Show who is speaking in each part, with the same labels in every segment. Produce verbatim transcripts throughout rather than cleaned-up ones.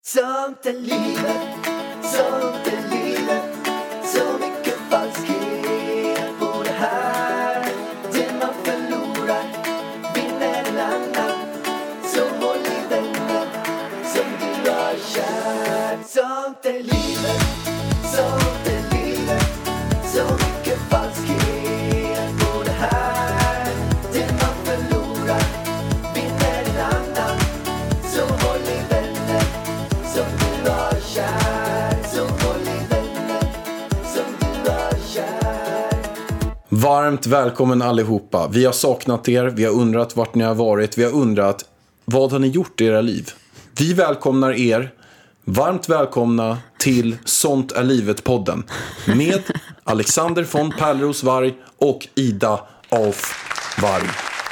Speaker 1: Sånt är livet, sånt är livet. Så mycket falskhet på det här. Det man förlorar vinner en annan. Så håll i vänner som du har kär. Sånt är livet, sånt är livet. Så mycket falskhet på det här. Det man förlorar vinner en annan. Så håll i vänner som du har kär. Så håll i vänner som du har kär.
Speaker 2: Varmt välkommen allihopa. Vi har saknat er, vi har undrat vart ni har varit, vi har undrat vad har ni gjort i era liv. Vi välkomnar er, varmt välkomna till Sånt är livet-podden med Alexander von Pärleros-Varg och Ida Auf-Varg.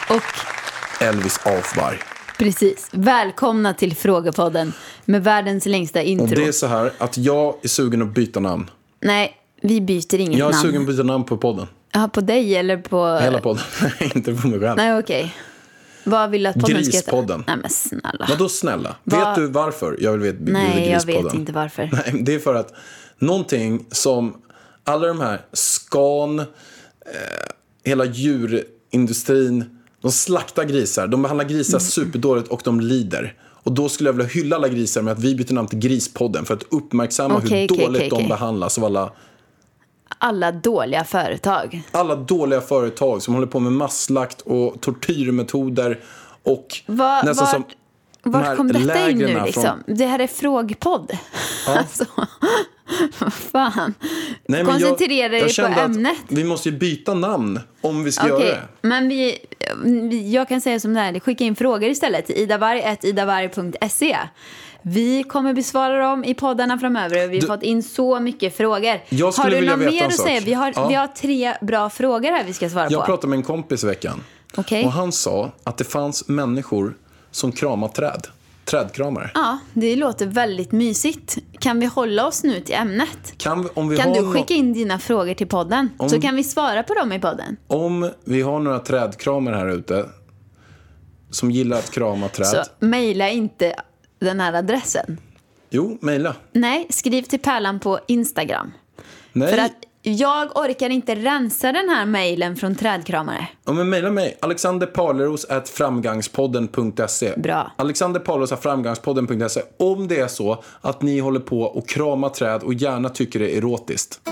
Speaker 3: Och
Speaker 2: Elvis Auf-Varg.
Speaker 3: precis, välkomna till Frågepodden med världens längsta intro.
Speaker 2: Och det är så här att jag är sugen att byta namn.
Speaker 3: Nej, vi byter inget
Speaker 2: Jag är
Speaker 3: namn.
Speaker 2: sugen att byta namn på podden.
Speaker 3: Ja, på dig eller på...
Speaker 2: Hela podden, inte på mig själv.
Speaker 3: Nej, okej. Vad vill du att podden ska heta?
Speaker 2: Grispodden.
Speaker 3: Nej, men snälla.
Speaker 2: Vadå snälla?
Speaker 3: Va-
Speaker 2: Vet du varför jag vill veta
Speaker 3: Nej, jag
Speaker 2: Grispodden?
Speaker 3: vet inte varför.
Speaker 2: Nej, det är för att någonting som alla de här Scan, eh, hela djurindustrin, de slaktar grisar, de behandlar grisar
Speaker 3: Mm.
Speaker 2: superdåligt och de lider. Och då skulle jag vilja hylla alla grisar med att vi byter namn till Grispodden för att uppmärksamma
Speaker 3: Okej,
Speaker 2: hur
Speaker 3: okej,
Speaker 2: dåligt
Speaker 3: okej,
Speaker 2: de
Speaker 3: okej.
Speaker 2: behandlas av alla,
Speaker 3: Alla dåliga företag.
Speaker 2: alla dåliga företag som håller på med masslakt och tortyrmetoder och
Speaker 3: Va,
Speaker 2: nästan
Speaker 3: vart
Speaker 2: som de här
Speaker 3: vart kom detta in nu
Speaker 2: lägren
Speaker 3: liksom?
Speaker 2: från-
Speaker 3: Det här är frågpodd.
Speaker 2: Ja.
Speaker 3: Alltså, vad fan.
Speaker 2: Nej, men
Speaker 3: Koncentrera
Speaker 2: jag,
Speaker 3: dig
Speaker 2: jag
Speaker 3: på
Speaker 2: kände att
Speaker 3: ämnet.
Speaker 2: vi måste ju byta namn om vi ska
Speaker 3: Okej,
Speaker 2: göra det.
Speaker 3: men vi, vi, jag kan säga som det här, skicka in frågor istället till idavarg at idavarg punkt se. Vi kommer besvara dem i poddarna framöver och vi har
Speaker 2: Du-
Speaker 3: fått in så mycket frågor.
Speaker 2: Jag skulle
Speaker 3: har du
Speaker 2: vilja
Speaker 3: något
Speaker 2: veta
Speaker 3: mer
Speaker 2: en
Speaker 3: att
Speaker 2: sak.
Speaker 3: säga? Vi har,
Speaker 2: Ja.
Speaker 3: vi har tre bra frågor här vi ska svara
Speaker 2: Jag
Speaker 3: på.
Speaker 2: pratade med en kompis i veckan.
Speaker 3: Okej.
Speaker 2: Och han sa att det fanns människor som kramar träd. Trädkramare.
Speaker 3: Ja, det låter väldigt mysigt. Kan vi hålla oss nu till ämnet?
Speaker 2: Kan, vi, om, vi
Speaker 3: Kan
Speaker 2: har
Speaker 3: du
Speaker 2: nå-
Speaker 3: skicka in dina frågor till podden?
Speaker 2: Om-
Speaker 3: Så kan vi svara på dem i podden.
Speaker 2: om vi har några trädkramare här ute som gillar att krama träd.
Speaker 3: Så mejla inte den här adressen.
Speaker 2: Jo, mejla.
Speaker 3: Nej, skriv till Pärlan på Instagram.
Speaker 2: Nej,
Speaker 3: För att jag orkar inte rensa den här mejlen från trädkramare.
Speaker 2: ja, men mejla mig. Alexander Paleros at framgangspodden punkt se.
Speaker 3: Bra.
Speaker 2: Alexander Paleros at framgangspodden punkt se. Om det är så att ni håller på och krama träd och gärna tycker det är erotiskt.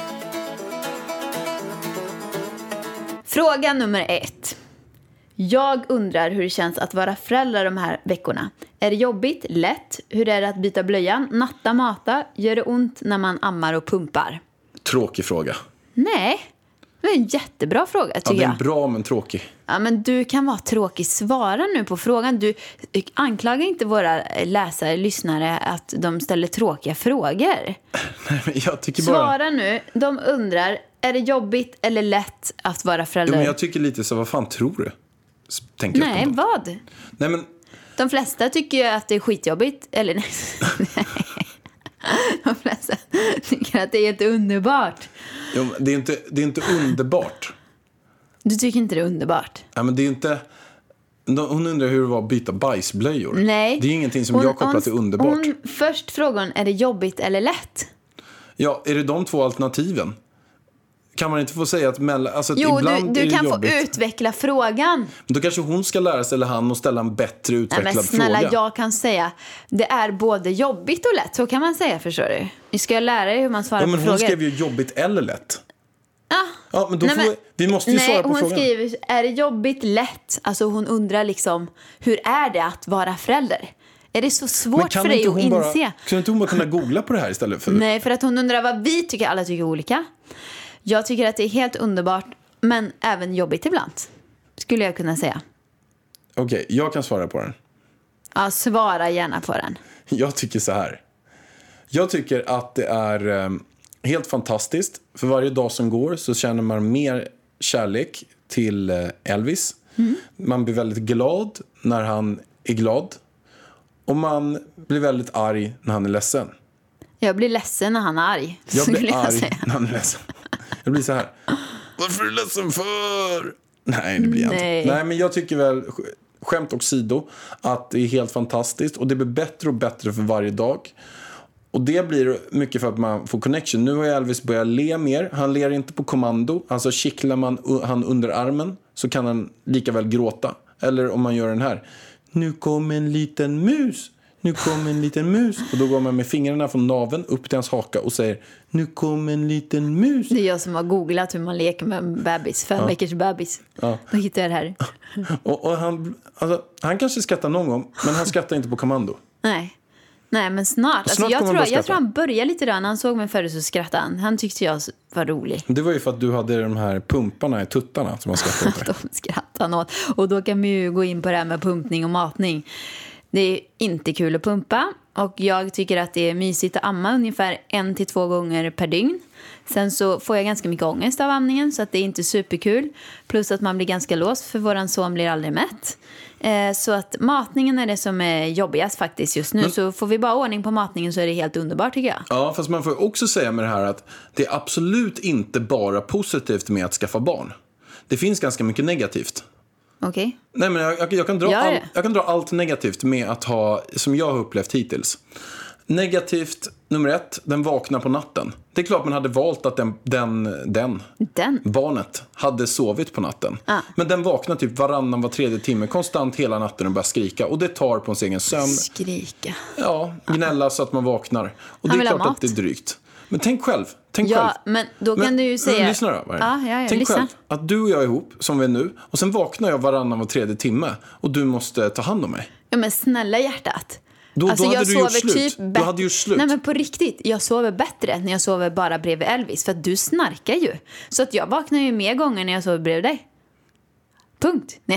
Speaker 3: Fråga nummer ett. Jag undrar hur det känns att vara förälder de här veckorna. Är det jobbigt? Lätt? Hur är det att byta blöjan? Natta, mata? Gör det ont när man ammar och pumpar?
Speaker 2: Tråkig fråga.
Speaker 3: Nej, det är en jättebra fråga
Speaker 2: Ja,
Speaker 3: tycker
Speaker 2: det är
Speaker 3: jag.
Speaker 2: bra men tråkig.
Speaker 3: Ja, men du kan vara tråkig. Svara nu på frågan. Du anklagar inte våra läsare, lyssnare att de ställer tråkiga frågor.
Speaker 2: Nej, men jag tycker bara...
Speaker 3: Svara nu. De undrar, är det jobbigt eller lätt att vara
Speaker 2: Jo,
Speaker 3: förälder?
Speaker 2: men jag tycker lite så, vad fan tror du? S- Tänker jag
Speaker 3: Nej,
Speaker 2: på.
Speaker 3: vad?
Speaker 2: Nej, men
Speaker 3: De flesta tycker ju att det är skitjobbigt. Eller nej. De flesta tycker att det är jätteunderbart.
Speaker 2: jo, men det är inte, det är inte underbart.
Speaker 3: Du tycker inte det är underbart?
Speaker 2: Nej, men det är inte... de- Hon undrar hur det var att byta bajsblöjor.
Speaker 3: Nej.
Speaker 2: Det är ingenting som
Speaker 3: Hon-
Speaker 2: jag kopplar
Speaker 3: hon-
Speaker 2: till underbart.
Speaker 3: Hon, först frågan, är det jobbigt eller lätt?
Speaker 2: Ja, är det de två alternativen? Kan man inte få säga att mellan... Alltså, att
Speaker 3: Jo,
Speaker 2: ibland
Speaker 3: du,
Speaker 2: är
Speaker 3: du
Speaker 2: det
Speaker 3: kan
Speaker 2: jobbigt.
Speaker 3: få utveckla frågan.
Speaker 2: Men då kanske hon ska lära sig, eller han, och ställa en bättre
Speaker 3: Nej,
Speaker 2: utvecklad
Speaker 3: men snälla,
Speaker 2: fråga.
Speaker 3: jag kan säga det är både jobbigt och lätt. Så kan man säga, förstår du. Nu ska jag lära dig hur man svarar
Speaker 2: Ja, men
Speaker 3: på
Speaker 2: hon
Speaker 3: frågor.
Speaker 2: skrev ju jobbigt eller lätt.
Speaker 3: Ah.
Speaker 2: Ja, men då
Speaker 3: Nej,
Speaker 2: får
Speaker 3: men-
Speaker 2: vi, vi måste ju
Speaker 3: Nej,
Speaker 2: svara på
Speaker 3: hon
Speaker 2: frågan.
Speaker 3: skriver, är det jobbigt, lätt? Alltså hon undrar liksom, hur är det att vara förälder? Är det så svårt
Speaker 2: Men kan
Speaker 3: för dig
Speaker 2: inte
Speaker 3: att
Speaker 2: hon
Speaker 3: inse?
Speaker 2: bara, kan inte hon bara kunna googla på det här istället för...
Speaker 3: Nej, för att hon undrar vad vi tycker. Alla tycker olika. Jag tycker att det är helt underbart, men även jobbigt ibland. Skulle jag kunna säga.
Speaker 2: Okej, jag kan svara på den.
Speaker 3: Ja, svara gärna på den.
Speaker 2: Jag tycker så här. Jag tycker att det är eh, helt fantastiskt. För varje dag som går så känner man mer kärlek till eh, Elvis.
Speaker 3: Mm.
Speaker 2: Man blir väldigt glad när han är glad. Och man blir väldigt arg när han är ledsen.
Speaker 3: Jag blir ledsen när han är arg.
Speaker 2: Jag
Speaker 3: skulle
Speaker 2: blir arg
Speaker 3: säga.
Speaker 2: när han är ledsen. Jag blir så här. Varför är du ledsen för? Nej, det blir jag
Speaker 3: Nej.
Speaker 2: inte. Nej, men jag tycker väl skämt åsido, att det är helt fantastiskt. Och det blir bättre och bättre för varje dag. Och det blir mycket för att man får connection. Nu har Elvis börjat le mer. Han ler inte på kommando. Alltså kittlar man han under armen så kan han lika väl gråta. Eller om man gör den här. Nu kom en liten mus. Nu kom en liten mus. Och då går man med fingrarna från naveln upp till hans haka och säger nu kom en liten mus.
Speaker 3: Det är jag som har googlat hur man leker med en bebis. Fem
Speaker 2: Ja.
Speaker 3: veckors bebis.
Speaker 2: Ja.
Speaker 3: Då hittar jag det här.
Speaker 2: Och, och han, alltså, han kanske skrattar någon gång, men han skrattar inte på kommando.
Speaker 3: Nej. Nej, men snart. Alltså,
Speaker 2: Snart
Speaker 3: jag,
Speaker 2: kommer han
Speaker 3: tror,
Speaker 2: börja
Speaker 3: jag
Speaker 2: skratta.
Speaker 3: tror han började lite där. När han såg mig förut så skrattade han. Han tyckte jag var rolig.
Speaker 2: Det var ju för att du hade de här pumparna i tuttarna som han skrattade åt.
Speaker 3: De skrattar något. Och då kan vi ju gå in på det här med pumpning och matning. Det är inte kul att pumpa. Och jag tycker att det är mysigt att amma ungefär en till två gånger per dygn. Sen så får jag ganska mycket ångest av amningen så att det är inte superkul. Plus att man blir ganska låst för våran son blir aldrig mätt. Eh, så att matningen är det som är jobbigast faktiskt just nu.
Speaker 2: Men-
Speaker 3: så får vi bara ordning på matningen så är det helt underbart tycker jag.
Speaker 2: Ja, fast man får också säga med det här att det är absolut inte bara positivt med att skaffa barn. Det finns ganska mycket negativt.
Speaker 3: Okej?
Speaker 2: Nej, men jag, jag, jag, kan dra
Speaker 3: Gör
Speaker 2: all,
Speaker 3: det.
Speaker 2: jag kan dra allt negativt med att ha, som jag har upplevt hittills. Negativt, nummer ett, den vaknar på natten. Det är klart man hade valt att den, den, den
Speaker 3: Den?
Speaker 2: barnet hade sovit på natten.
Speaker 3: Ah.
Speaker 2: Men den vaknar typ varannan, var tredje timme, konstant hela natten och börjar skrika. Och det tar på ens egen sömn.
Speaker 3: Skrika.
Speaker 2: Ja, gnälla så att man vaknar. Och
Speaker 3: Han
Speaker 2: det är
Speaker 3: vill ha
Speaker 2: klart
Speaker 3: mat.
Speaker 2: att det är drygt. Men tänk själv. Tänk
Speaker 3: Ja,
Speaker 2: själv.
Speaker 3: men då kan du ju säga-
Speaker 2: Men, lyssna då. Varje.
Speaker 3: Ja, ja, ja,
Speaker 2: tänk
Speaker 3: lyssna.
Speaker 2: själv att du och jag är ihop, som vi är nu. Och sen vaknar jag varannan, var tredje timme. Och du måste ta hand om mig.
Speaker 3: Ja, men snälla hjärtat.
Speaker 2: Då- då hade
Speaker 3: jag
Speaker 2: du gjort
Speaker 3: sover
Speaker 2: slut. Du
Speaker 3: bättre-
Speaker 2: hade gjort slut.
Speaker 3: Nej, men på riktigt. Jag sover bättre när jag sover bara bredvid Elvis. För att du snarkar ju. Så att jag vaknar ju mer gånger när jag sover bredvid dig. Punkt. Nej.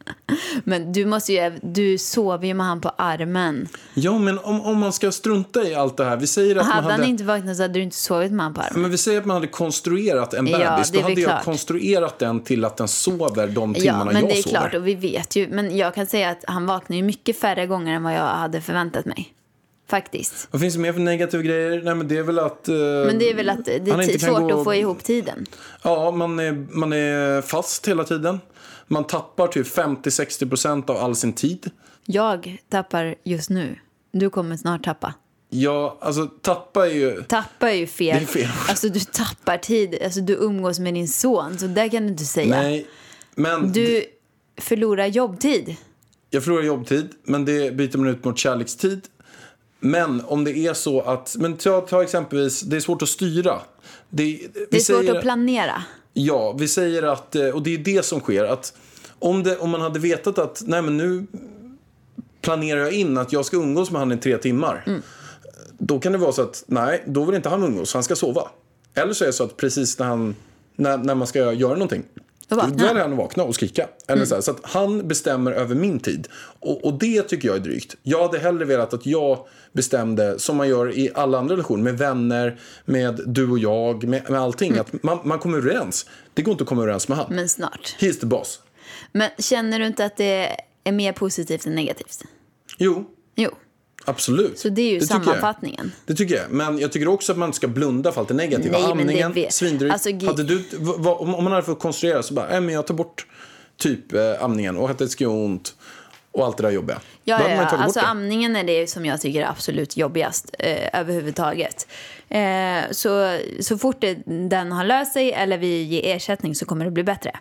Speaker 3: Men du måste ju... Du sover ju med han på armen.
Speaker 2: Ja, men om, om man ska strunta i allt det här. Vi säger att
Speaker 3: Hade
Speaker 2: man hade...
Speaker 3: han inte vaknat så hade du inte sovit med han på armen.
Speaker 2: Men vi säger att man hade konstruerat en
Speaker 3: Ja,
Speaker 2: bebis.
Speaker 3: det är
Speaker 2: Då
Speaker 3: väl
Speaker 2: hade jag
Speaker 3: klart.
Speaker 2: konstruerat den till att den sover de
Speaker 3: Ja,
Speaker 2: timmarna
Speaker 3: men
Speaker 2: jag
Speaker 3: det är
Speaker 2: sover.
Speaker 3: klart. Och vi vet ju. Men jag kan säga att han vaknar ju mycket färre gånger än vad jag hade förväntat mig. Faktiskt.
Speaker 2: Vad finns det mer för negativa grejer? Nej, men det är väl att... eh,
Speaker 3: Men det är väl att det
Speaker 2: han
Speaker 3: är
Speaker 2: inte
Speaker 3: t-
Speaker 2: kan
Speaker 3: svårt
Speaker 2: gå-
Speaker 3: att få ihop tiden.
Speaker 2: Ja, man är, man är fast hela tiden. Man tappar typ femtio till sextio procent av all sin tid.
Speaker 3: Jag tappar just nu. Du kommer snart tappa.
Speaker 2: Ja, alltså tappa är ju...
Speaker 3: Tappa är ju fel.
Speaker 2: Det är fel.
Speaker 3: Alltså du tappar tid. Alltså du umgås med din son. Så där kan du inte säga.
Speaker 2: Nej, men
Speaker 3: Du förlorar jobbtid.
Speaker 2: jag förlorar jobbtid, men det byter man ut mot kärlekstid. Men om det är så att... Men ta, ta exempelvis, det är svårt att styra. Det, vi
Speaker 3: Det är svårt
Speaker 2: säger,
Speaker 3: att planera.
Speaker 2: Ja, vi säger att... eh, Och det är det som sker. Att om, det, om man hade vetat att... Nej, men nu planerar jag in att jag ska umgås med han i tre timmar.
Speaker 3: Mm.
Speaker 2: Då kan det vara så att... Nej, då vill inte han umgås. Han ska sova. Eller så är det så att precis när, han, när, när man ska göra någonting...
Speaker 3: Då vaknar
Speaker 2: Då väljer
Speaker 3: han.
Speaker 2: han att vakna och skrika. Eller så, här, så att han bestämmer över min tid. Och, och det tycker jag är drygt. Jag hade hellre velat att jag bestämde, som man gör i alla andra relationer, med vänner, med du och jag, med, med allting.
Speaker 3: Mm.
Speaker 2: Att man, man kommer överens. Det går inte att komma överens med han.
Speaker 3: Men snart.
Speaker 2: He's the boss.
Speaker 3: Men känner du inte att det är mer positivt än negativt?
Speaker 2: Jo,
Speaker 3: Jo.
Speaker 2: absolut.
Speaker 3: Så det är ju
Speaker 2: tycker jag.
Speaker 3: sammanfattningen.
Speaker 2: Det tycker jag. Men jag tycker också att man inte ska blunda för allt det negativa.
Speaker 3: Nej, men det
Speaker 2: Amningen,
Speaker 3: vet-
Speaker 2: svindrygt.
Speaker 3: alltså, gi-
Speaker 2: hade du, v- v- om om man hade fått konstruera så bara, nej men jag tar bort typ eh, amningen och att det ska göra ont och allt det där jobbiga. Då
Speaker 3: Ja,
Speaker 2: hade
Speaker 3: ja,
Speaker 2: man
Speaker 3: ja.
Speaker 2: tagit bort
Speaker 3: Alltså
Speaker 2: det.
Speaker 3: amningen är det som jag tycker är absolut jobbigast eh, överhuvudtaget. Eh, så, så fort det, den har löst sig eller vi ger ersättning så kommer det bli bättre.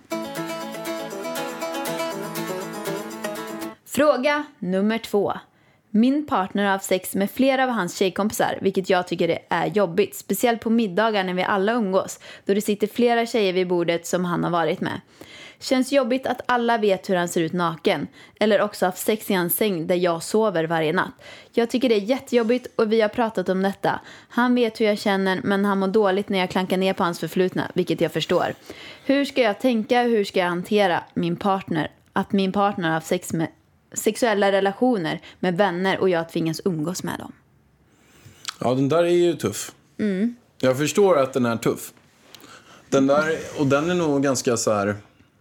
Speaker 3: Fråga nummer två. Min partner har haft sex med flera av hans tjejkompisar, vilket jag tycker är jobbigt. Speciellt på middagar när vi alla umgås, då det sitter flera tjejer vid bordet som han har varit med. Känns jobbigt att alla vet hur han ser ut naken. Eller också haft sex i hans säng där jag sover varje natt. Jag tycker det är jättejobbigt och vi har pratat om detta. Han vet hur jag känner, men han mår dåligt när jag klankar ner på hans förflutna, vilket jag förstår. Hur ska jag tänka, hur ska jag hantera min partner? Att min partner har haft sex med sexuella relationer med vänner och jag tvingas umgås med dem.
Speaker 2: Ja, den där är ju tuff.
Speaker 3: Mm.
Speaker 2: Jag förstår att den är tuff. Den där, och den är nog ganska så här...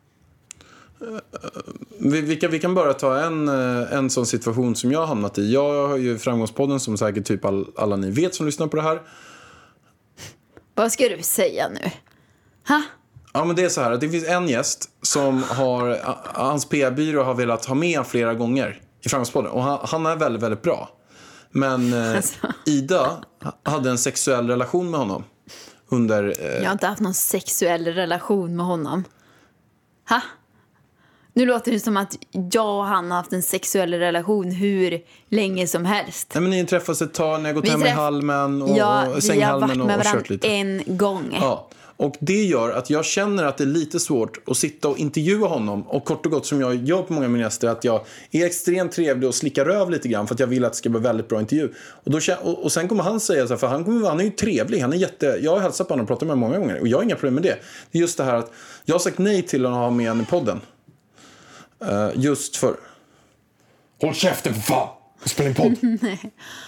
Speaker 2: Vi, vi, kan, vi kan bara ta en, en sån situation som jag har hamnat i. Jag har ju Framgångspodden, som säkert typ all, alla ni vet som lyssnar på det här.
Speaker 3: Vad ska du säga nu? Ha?
Speaker 2: Ja, men det är så här att det finns en gäst som har, hans P R-byrå har velat ha med flera gånger i Framgångspodden. Och han, han är väldigt, väldigt bra. Men eh, alltså. Ida hade en sexuell relation med honom. Under, eh...
Speaker 3: Jag har inte haft någon sexuell relation med honom. Ha? Nu låter det som att jag och han har haft en sexuell relation hur länge som helst.
Speaker 2: Nej, men ni träffas ett tag när jag gått vi hem träff... i halmen och,
Speaker 3: ja,
Speaker 2: och sänghalmen
Speaker 3: och, och
Speaker 2: kört lite. Ja, vi har varit med
Speaker 3: varandra en gång.
Speaker 2: Ja. Och det gör att jag känner att det är lite svårt att sitta och intervjua honom. Och kort och gott som jag gör på många minister, att jag är extremt trevlig och slickar röv lite grann för att jag vill att det ska vara väldigt bra intervju. Och, då, och, och sen kommer han säga så här, för han, kommer, han är ju trevlig, han är jätte, jag har hälsat på honom och pratat med honom många gånger och jag har inga problem med det. Det är just det här att jag har sagt nej till att ha med honom i podden. Uh, just för... Håll käften för fan! Spela in podd! Nej.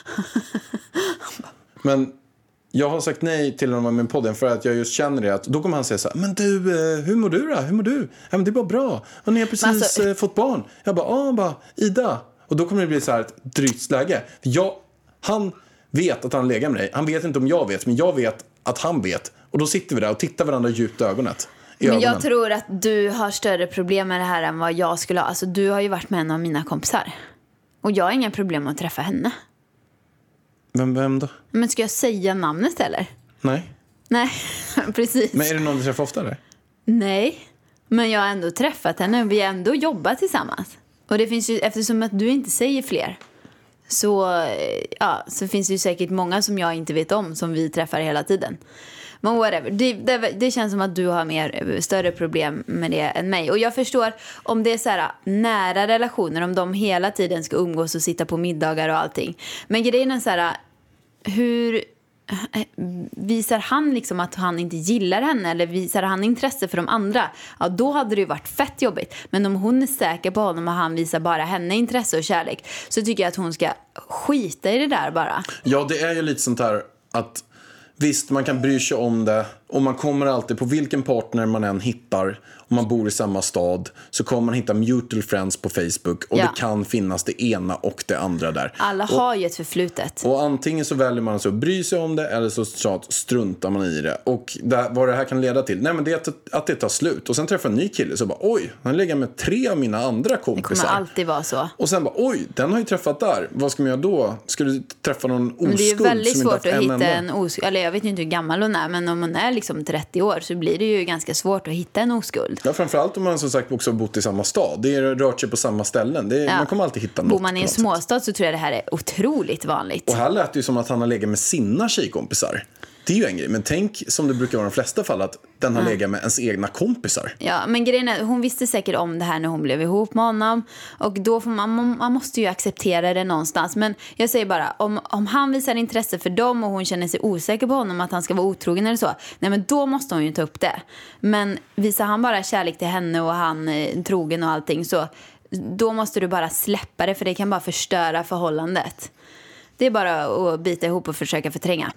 Speaker 2: Men... Jag har sagt nej till honom med podden för att jag just känner det att då kommer han säga så här, men du, hur mår du då? Hur mår du? Ja, men det är bara bra. Och ni har precis alltså... fått barn. Jag bara, ja, bara, Ida. Och då kommer det bli så här ett drygt läge. Jag, han vet att han lägger med dig. Han vet inte om jag vet, men jag vet att han vet. Och då sitter vi där och tittar varandra djupt i ögonet. I
Speaker 3: men jag
Speaker 2: ögonen.
Speaker 3: tror att du har större problem med det här än vad jag skulle ha. Alltså du har ju varit med en av mina kompisar. Och jag har inga problem med att träffa henne.
Speaker 2: Vem, vem då?
Speaker 3: Men ska jag säga namnet eller?
Speaker 2: Nej.
Speaker 3: Nej, precis.
Speaker 2: Men är det någon du träffar ofta eller?
Speaker 3: Nej, men jag har ändå träffat henne och vi har ändå jobbat tillsammans. Och det finns ju, eftersom att du inte säger fler så, ja, så finns det ju säkert många som jag inte vet om som vi träffar hela tiden. Men whatever, det, det, det känns som att du har mer, större problem med det än mig. Och jag förstår om det är så här nära relationer, om de hela tiden ska umgås och sitta på middagar och allting. Men grejen är så här, hur visar han liksom att han inte gillar henne eller visar han intresse för de andra? Ja, då hade det ju varit fett jobbigt. Men om hon är säker på honom och han visar bara henne intresse och kärlek, så tycker jag att hon ska skita i det där bara.
Speaker 2: Ja, det är ju lite sånt här att visst, man kan bry sig om det och man kommer alltid på vilken partner man än hittar, om man bor i samma stad, så kommer man hitta mutual friends på Facebook och ja. Det kan finnas det ena och det andra där.
Speaker 3: Alla
Speaker 2: och,
Speaker 3: har ju ett förflutet.
Speaker 2: Och antingen så väljer man så att bry sig om det eller så, så struntar man i det. Och där, vad det här kan leda till, nej men det är att, att det tar slut. Och sen träffar en ny kille så bara, oj, han lägger med tre av mina andra kompisar.
Speaker 3: Det kommer alltid vara så.
Speaker 2: Och sen bara, oj, den har ju träffat där. Vad ska man göra då? Ska du träffa någon oskuld?
Speaker 3: Men det är ju väldigt
Speaker 2: som
Speaker 3: svårt
Speaker 2: inte
Speaker 3: att hitta
Speaker 2: enda?
Speaker 3: en oskuld. Eller jag vet inte hur gammal hon är, men om hon är liksom trettio år så blir det ju ganska svårt att hitta en oskuld.
Speaker 2: Ja, framförallt om man som sagt också bott i samma stad. Det är rört sig på samma ställen. Det är,
Speaker 3: ja.
Speaker 2: Man kommer alltid hitta något.
Speaker 3: Bor man i en småstad så tror jag det här är otroligt vanligt.
Speaker 2: Och här lät det ju som att han har legat med sina tjejkompisar. Det är ju en grej. Men tänk, som det brukar vara i de flesta fall, att den har ja. legat med ens egna kompisar.
Speaker 3: Ja, men grejen är, hon visste säkert om det här när hon blev ihop med honom. Och då får man, man måste ju acceptera det någonstans. Men jag säger bara, om, om han visar intresse för dem och hon känner sig osäker på honom att han ska vara otrogen eller så, nej men då måste hon ju ta upp det. Men visar han bara kärlek till henne och han är trogen och allting, så då måste du bara släppa det, för det kan bara förstöra förhållandet. Det är bara att bita ihop och försöka förtränga.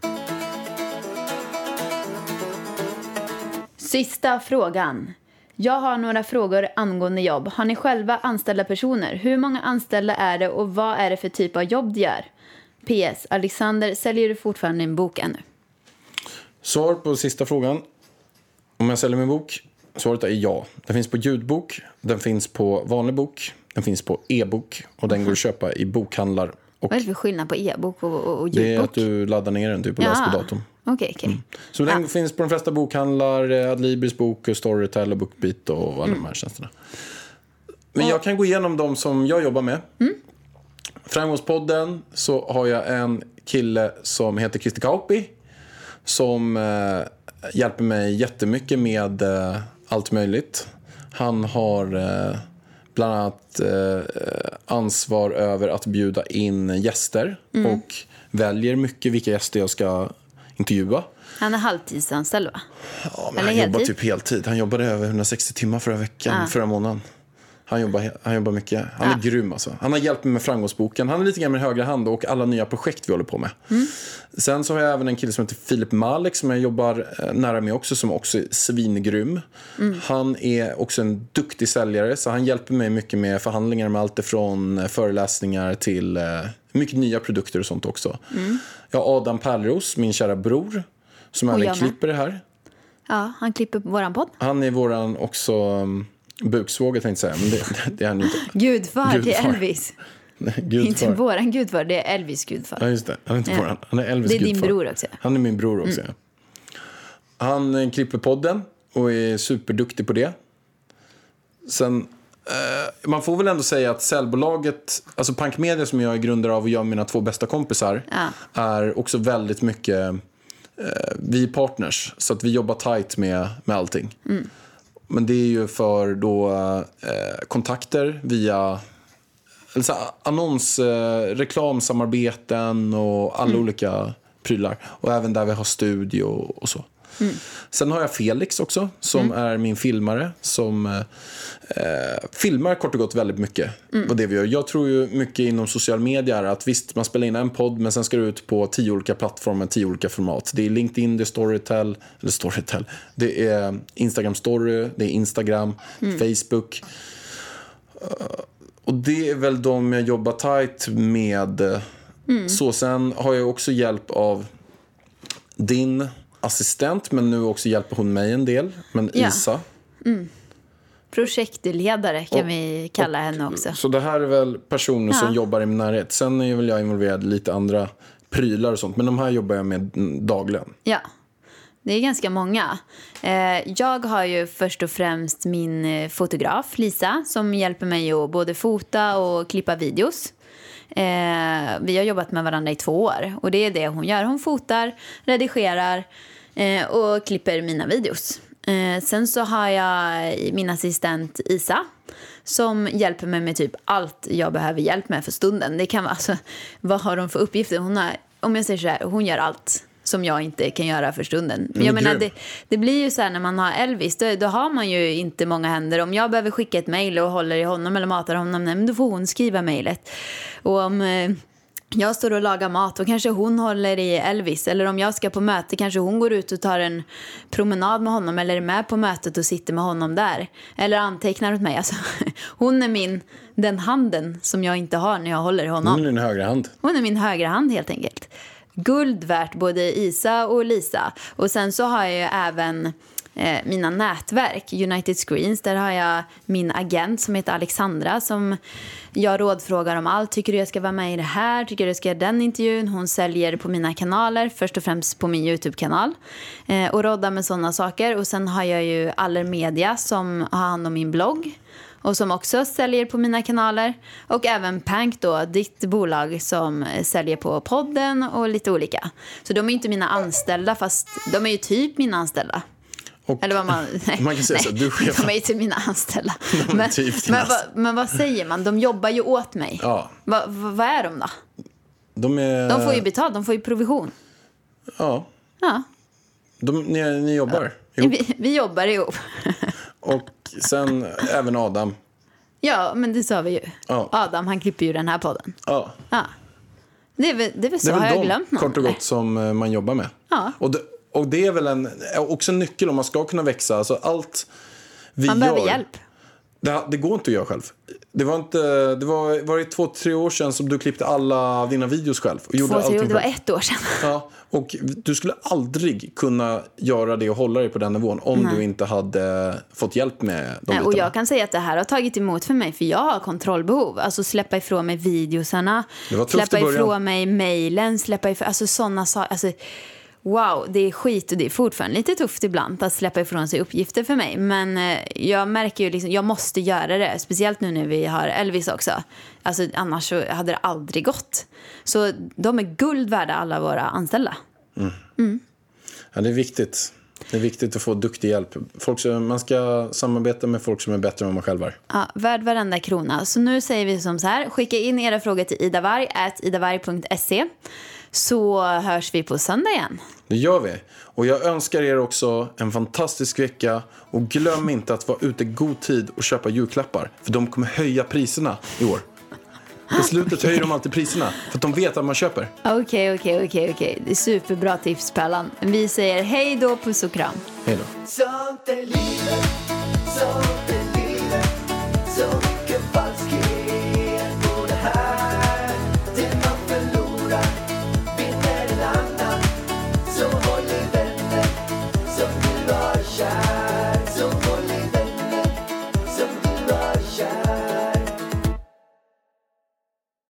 Speaker 3: Sista frågan. Jag har några frågor angående jobb. Har ni själva anställda personer? Hur många anställda är det och vad är det för typ av jobb de gör? P S. Alexander, säljer du fortfarande en bok ännu?
Speaker 2: Svar på sista frågan. Om jag säljer min bok? Svaret är ja. Den finns på ljudbok, den finns på vanlig bok, den finns på e-bok och den går att köpa i bokhandlar. Och
Speaker 3: vad är det för skillnad på e-bok och, och ljudbok?
Speaker 2: Det är att du laddar ner den typ och läser på datorn.
Speaker 3: Okay, okay. Mm.
Speaker 2: Så den ah. finns på de flesta bokhandlar, Adlibris bok, Storytel och Bookbeat och alla mm. de här tjänsterna. Men och jag kan gå igenom de som jag jobbar med. Mm. Framgångspodden så har jag en kille som heter Christer Kauppi som eh, hjälper mig jättemycket med eh, allt möjligt. Han har eh, bland annat eh, ansvar över att bjuda in gäster mm. och väljer mycket vilka gäster jag ska intervjua. Han
Speaker 3: är halvtidsanställd, va?
Speaker 2: Ja, men han jobbar typ heltid. Han jobbade över hundrasextio timmar förra veckan, ah. förra månaden. Han jobbar, han jobbar mycket. Han är ah. grym alltså. Han har hjälpt mig med Framgångsboken. Han är lite grann med högra hand och alla nya projekt vi håller på med. Mm. Sen så har jag även en kille som heter Filip Malik som jag jobbar nära med också, som också är svingrym. Mm. Han är också en duktig säljare, så han hjälper mig mycket med förhandlingar med allt ifrån föreläsningar till eh, mycket nya produkter och sånt också. Mm. Jag har Adam Pärleros, min kära bror, som även klipper det här.
Speaker 3: Ja, han klipper på våran podd.
Speaker 2: Han är våran också um, buksvåger tänkte jag säga. Men det, det är han inte.
Speaker 3: Gudfar,
Speaker 2: Gudfar.
Speaker 3: det är Elvis.
Speaker 2: Nej, gudfar.
Speaker 3: Inte våran gudfar, det är Elvis gudfar.
Speaker 2: Ja, just det. Han är inte
Speaker 3: Ja.
Speaker 2: våran. Han är Elvis
Speaker 3: Det är
Speaker 2: gudfar.
Speaker 3: din bror också.
Speaker 2: Han är min bror också,
Speaker 3: Mm.
Speaker 2: ja. Han eh, klipper podden och är superduktig på det. Sen, eh, man får väl ändå säga att säljbolaget, alltså Punk Media som jag är grundare av och jag och mina två bästa kompisar,
Speaker 3: Ja.
Speaker 2: är också väldigt mycket, eh, vi är partners. Så att vi jobbar tight med, med allting.
Speaker 3: Mm.
Speaker 2: Men det är ju för då eh, kontakter via alltså, annons, eh, reklamsamarbeten och alla
Speaker 3: Mm.
Speaker 2: olika prylar. Och även där vi har studio och så.
Speaker 3: Mm.
Speaker 2: Sen har jag Felix också, som
Speaker 3: Mm.
Speaker 2: är min filmare, som eh, filmar kort och gott väldigt mycket.
Speaker 3: Mm.
Speaker 2: Vad det vi gör. Jag tror ju mycket inom social media är att visst, man spelar in en podd, men sen ska det ut på tio olika plattformar, tio olika format. Det är LinkedIn, det är Storytel, eller Storytel. Det är Instagram Story, det är Instagram,
Speaker 3: Mm.
Speaker 2: Facebook. Och det är väl de jag jobbar tight med.
Speaker 3: Mm.
Speaker 2: Så sen har jag också hjälp av din assistent, men nu också hjälper hon mig en del. Men
Speaker 3: Ja.
Speaker 2: Isa.
Speaker 3: Projektledare kan
Speaker 2: Och-
Speaker 3: vi kalla henne också.
Speaker 2: Så det här är väl personer som
Speaker 3: Ja.
Speaker 2: jobbar i min närhet. Sen är väl jag involverad i lite andra prylar och sånt. Men de här jobbar jag med dagligen.
Speaker 3: Ja, det är ganska många. Eh, jag har ju först och främst min eh, fotograf Lisa som hjälper mig att både fota och klippa videos. Eh, vi har jobbat med varandra i två år och det är det hon gör. Hon fotar, redigerar eh, och klipper mina videos. Eh, sen så har jag min assistent Isa som hjälper mig med typ allt jag behöver hjälp med för stunden. Det kan vara, alltså, vad har de för uppgifter? Hon har, om jag säger så här, hon gör allt som jag inte kan göra för stunden. Men jag
Speaker 2: Men
Speaker 3: menar,
Speaker 2: grym.
Speaker 3: det, det blir ju så här när man har Elvis, då, då har man ju inte många händer. Om jag behöver skicka ett mejl och håller i honom eller matar honom, nej, men då får hon skriva mejlet. Och om eh, jag står och lagar mat, då kanske hon håller i Elvis. Eller om jag ska på möte, kanske hon går ut och tar en promenad med honom eller är med på mötet och sitter med honom där. Eller antecknar åt mig. Alltså, hon är min, den handen som jag inte har när jag håller i honom.
Speaker 2: Hon är din högra hand.
Speaker 3: Hon är min högra hand helt enkelt. Guld värt både Isa och Lisa. Och sen så har jag ju även eh, mina nätverk. United Screens, där har jag min agent som heter Alexandra som jag rådfrågar om allt. Tycker du jag ska vara med i det här? Tycker du jag ska göra den intervjun? Hon säljer på mina kanaler, först och främst på min YouTube-kanal. Eh, och råddar med sådana saker. Och sen har jag ju Aller Media som har hand om min blogg. Och som också säljer på mina kanaler. Och även Pank då, ditt bolag som säljer på podden och lite olika. Så de är ju inte mina anställda, fast de är ju typ mina anställda.
Speaker 2: Och
Speaker 3: Eller vad man... Nej,
Speaker 2: man kan säga
Speaker 3: nej,
Speaker 2: så, du är chef.
Speaker 3: de är ju inte mina anställda.
Speaker 2: är
Speaker 3: Men,
Speaker 2: typ dina
Speaker 3: men, vad, men vad säger man? De jobbar ju åt mig.
Speaker 2: Ja.
Speaker 3: Va, va, vad är de då?
Speaker 2: De är...
Speaker 3: De får ju betalt, de får ju provision.
Speaker 2: Ja.
Speaker 3: Ja,
Speaker 2: De, ni, ni jobbar ihop.
Speaker 3: vi, vi jobbar ihop.
Speaker 2: Och sen även Adam.
Speaker 3: Ja, men det sa vi ju.
Speaker 2: Ja.
Speaker 3: Adam, han klipper ju den här podden.
Speaker 2: Ja.
Speaker 3: Ja. Det är väl, det är väl så,
Speaker 2: Det är
Speaker 3: har
Speaker 2: väl
Speaker 3: jag
Speaker 2: de,
Speaker 3: glömt någon?
Speaker 2: kort och
Speaker 3: eller?
Speaker 2: gott, som eh, man jobbar med.
Speaker 3: Ja.
Speaker 2: Och, det, och det är väl en, också en nyckel om man ska kunna växa. Alltså allt vi
Speaker 3: Man
Speaker 2: gör...
Speaker 3: behöver hjälp.
Speaker 2: Det, det går inte att göra själv. Det var inte... Det var, var det två, tre år sedan som du klippte alla dina videos själv. Och gjorde
Speaker 3: Två, tre,
Speaker 2: allting
Speaker 3: det var
Speaker 2: själv.
Speaker 3: ett år sedan.
Speaker 2: Ja, och du skulle aldrig kunna göra det och hålla dig på den nivån om
Speaker 3: Nej.
Speaker 2: du inte hade fått hjälp med de
Speaker 3: Nej, och
Speaker 2: bitarna.
Speaker 3: jag kan säga att det här har tagit emot för mig, för jag har kontrollbehov. Alltså släppa ifrån mig videosarna,
Speaker 2: Det var tufft
Speaker 3: släppa
Speaker 2: i början.
Speaker 3: ifrån mig mejlen, släppa ifrån, alltså sådana saker. Alltså, wow, det är skit och det är fortfarande lite tufft ibland att släppa ifrån sig uppgifter för mig. Men eh, jag märker ju liksom, jag måste göra det. Speciellt nu när vi har Elvis också. Alltså annars så hade det aldrig gått. Så de är guld värda, alla våra anställda.
Speaker 2: Ja, det är viktigt. Det är viktigt att få duktig hjälp. Folk som, man ska samarbeta med folk som är bättre än vad man själv är.
Speaker 3: Ja, värd varenda krona. Så nu säger vi som så här. Skicka in era frågor till idavarg at idavarg punkt se. Så hörs vi på söndag igen.
Speaker 2: Det gör vi. Och jag önskar er också en fantastisk vecka. Och glöm inte att vara ute i god tid och köpa julklappar. För de kommer höja priserna i år. På slutet höjer de alltid priserna. För att de vet att man köper.
Speaker 3: Okej, okej, okej, okej. Det är superbra tips, Pärlan. Vi säger hej då, puss och kram.
Speaker 2: Hej då.
Speaker 1: Sånt är livet, så